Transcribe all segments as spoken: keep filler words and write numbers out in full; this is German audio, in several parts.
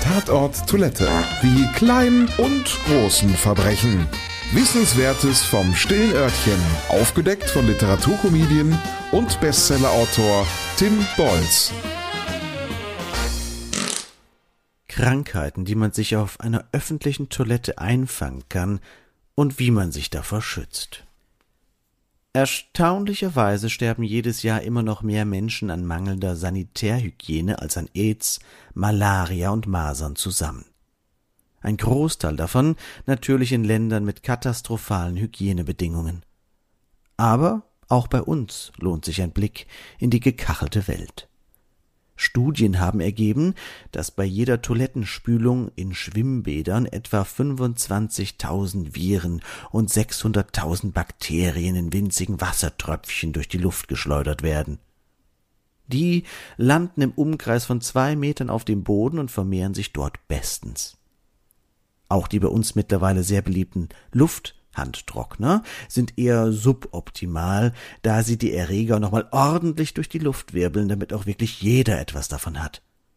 Tatort Toilette. Die kleinen und großen Verbrechen. Wissenswertes vom stillen Örtchen. Aufgedeckt von Literaturkomedien und Bestsellerautor Tim Bolz. Krankheiten, die man sich auf einer öffentlichen Toilette einfangen kann und wie man sich davor schützt. Erstaunlicherweise sterben jedes Jahr immer noch mehr Menschen an mangelnder Sanitärhygiene als an Aids, Malaria und Masern zusammen. Ein Großteil davon natürlich in Ländern mit katastrophalen Hygienebedingungen. Aber auch bei uns lohnt sich ein Blick in die gekachelte Welt. Studien haben ergeben, dass bei jeder Toilettenspülung in Schwimmbädern etwa fünfundzwanzigtausend Viren und sechshunderttausend Bakterien in winzigen Wassertröpfchen durch die Luft geschleudert werden. Die landen im Umkreis von zwei Metern auf dem Boden und vermehren sich dort bestens. Auch die bei uns mittlerweile sehr beliebten Lufthandtrockner sind eher suboptimal, da sie die Erreger nochmal ordentlich durch die Luft wirbeln, damit auch wirklich jeder etwas davon hat.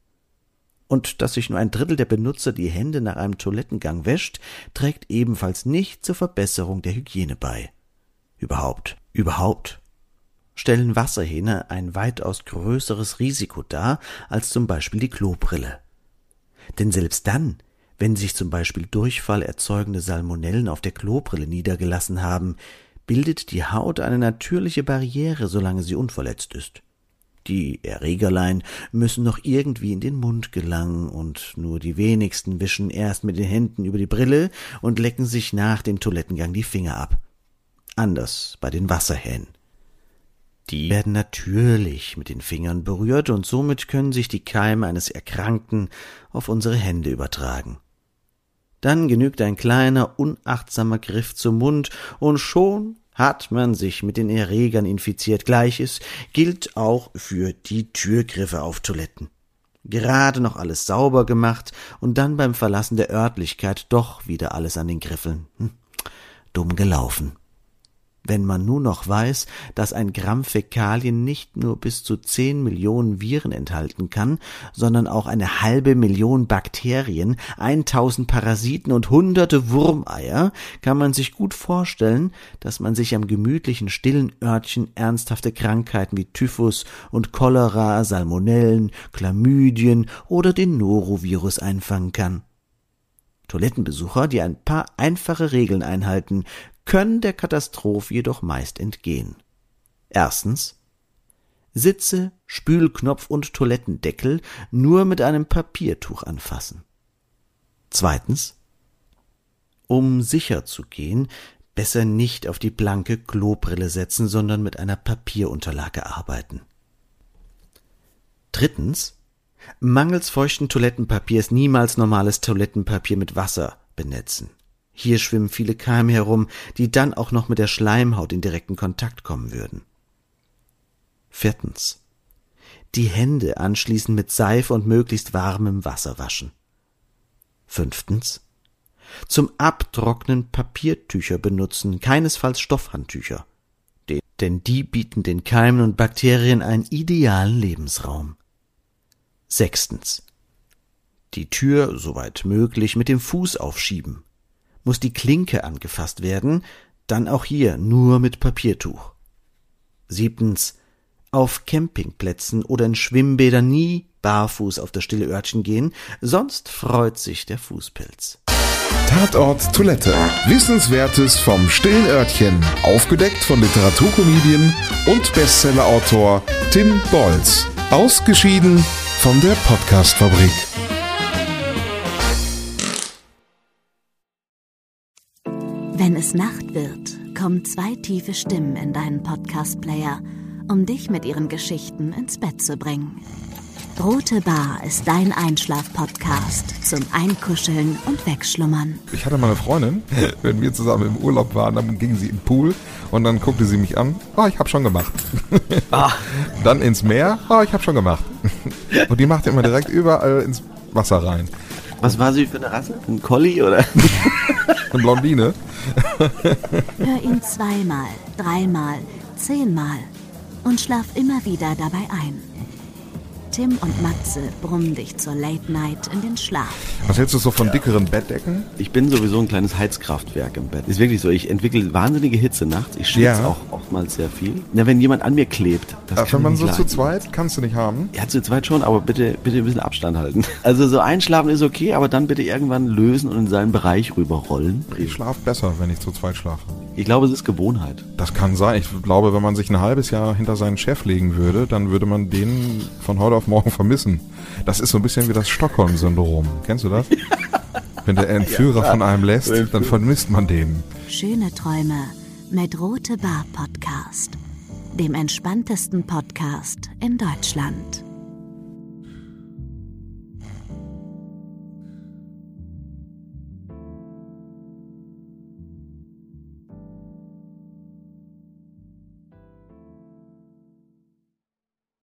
Und dass sich nur ein Drittel der Benutzer die Hände nach einem Toilettengang wäscht, trägt ebenfalls nicht zur Verbesserung der Hygiene bei. Überhaupt, überhaupt stellen Wasserhähne ein weitaus größeres Risiko dar als zum Beispiel die Klobrille. Denn selbst dann, wenn sich zum Beispiel Durchfall erzeugende Salmonellen auf der Klobrille niedergelassen haben, bildet die Haut eine natürliche Barriere, solange sie unverletzt ist. Die Erregerlein müssen noch irgendwie in den Mund gelangen und nur die wenigsten wischen erst mit den Händen über die Brille und lecken sich nach dem Toilettengang die Finger ab. Anders bei den Wasserhähnen. Die werden natürlich mit den Fingern berührt und somit können sich die Keime eines Erkrankten auf unsere Hände übertragen. Dann genügt ein kleiner, unachtsamer Griff zum Mund und schon hat man sich mit den Erregern infiziert. Gleiches gilt auch für die Türgriffe auf Toiletten. Gerade noch alles sauber gemacht und dann beim Verlassen der Örtlichkeit doch wieder alles an den Griffeln. Hm, dumm gelaufen. Wenn man nur noch weiß, dass ein Gramm Fäkalien nicht nur bis zu zehn Millionen Viren enthalten kann, sondern auch eine halbe Million Bakterien, eintausend Parasiten und hunderte Wurmeier, kann man sich gut vorstellen, dass man sich am gemütlichen, stillen Örtchen ernsthafte Krankheiten wie Typhus und Cholera, Salmonellen, Chlamydien oder den Norovirus einfangen kann. Toilettenbesucher, die ein paar einfache Regeln einhalten, können der Katastrophe jedoch meist entgehen. Erstens: Sitze, Spülknopf und Toilettendeckel nur mit einem Papiertuch anfassen. Zweitens: Um sicher zu gehen, besser nicht auf die blanke Klobrille setzen, sondern mit einer Papierunterlage arbeiten. Drittens: Mangels feuchten Toilettenpapiers niemals normales Toilettenpapier mit Wasser benetzen. Hier schwimmen viele Keime herum, die dann auch noch mit der Schleimhaut in direkten Kontakt kommen würden. Viertens: Die Hände anschließend mit Seife und möglichst warmem Wasser waschen. Fünftens: Zum Abtrocknen Papiertücher benutzen, keinesfalls Stoffhandtücher. Denn die bieten den Keimen und Bakterien einen idealen Lebensraum. Sechstens: Die Tür, soweit möglich, mit dem Fuß aufschieben. Muss die Klinke angefasst werden, dann auch hier nur mit Papiertuch. Siebtens: Auf Campingplätzen oder in Schwimmbädern nie barfuß auf das stille Örtchen gehen, sonst freut sich der Fußpilz. Tatort Toilette. Wissenswertes vom stillen Örtchen. Aufgedeckt von Literaturkomedien und Bestsellerautor Tim Bolz. Ausgeschieden von der Podcastfabrik. Wenn es Nacht wird, kommen zwei tiefe Stimmen in deinen Podcast-Player, um dich mit ihren Geschichten ins Bett zu bringen. Rote Bar ist dein Einschlaf-Podcast zum Einkuscheln und Wegschlummern. Ich hatte mal eine Freundin, wenn wir zusammen im Urlaub waren, dann ging sie in den Pool und dann guckte sie mich an. Ah, oh, ich hab schon gemacht. Ah. Dann ins Meer. Ah, oh, ich hab schon gemacht. Und die macht immer direkt überall ins Wasser rein. Was war sie für eine Rasse? Ein Collie oder? Eine Blondine. Hör ihn zweimal, dreimal, zehnmal und schlaf immer wieder dabei ein. Tim und Matze brummen dich zur Late Night in den Schlaf. Was hältst du so von dickeren Bettdecken? Ich bin sowieso ein kleines Heizkraftwerk im Bett. Ist wirklich so, ich entwickle wahnsinnige Hitze nachts. Ich schwitze Ja. auch oftmals sehr viel. Na, wenn jemand an mir klebt, das Äh, kann wenn ich man nicht so leiden. zu zweit, kannst du nicht haben. Ja, zu zweit schon, aber bitte, bitte ein bisschen Abstand halten. Also so einschlafen ist okay, aber dann bitte irgendwann lösen und in seinen Bereich rüberrollen. Ich schlafe besser, wenn ich zu zweit schlafe. Ich glaube, es ist Gewohnheit. Das kann sein. Ich glaube, wenn man sich ein halbes Jahr hinter seinen Chef legen würde, dann würde man den von heute auf morgen vermissen. Das ist so ein bisschen wie das Stockholm-Syndrom. Kennst du das? Wenn der Entführer von einem lässt, dann vermisst man den. Schöne Träume mit Rote Bar Podcast, dem entspanntesten Podcast in Deutschland.